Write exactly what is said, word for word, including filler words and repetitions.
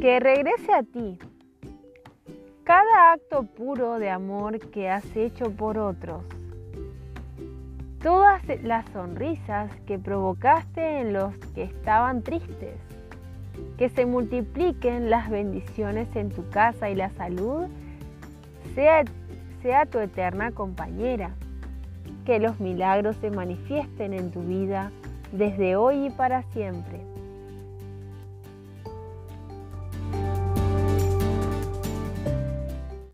que regrese a ti cada acto puro de amor que has hecho por otros, todas las sonrisas que provocaste en los que estaban tristes, que se multipliquen las bendiciones en tu casa y la salud sea, sea tu eterna compañera, que los milagros se manifiesten en tu vida desde hoy y para siempre.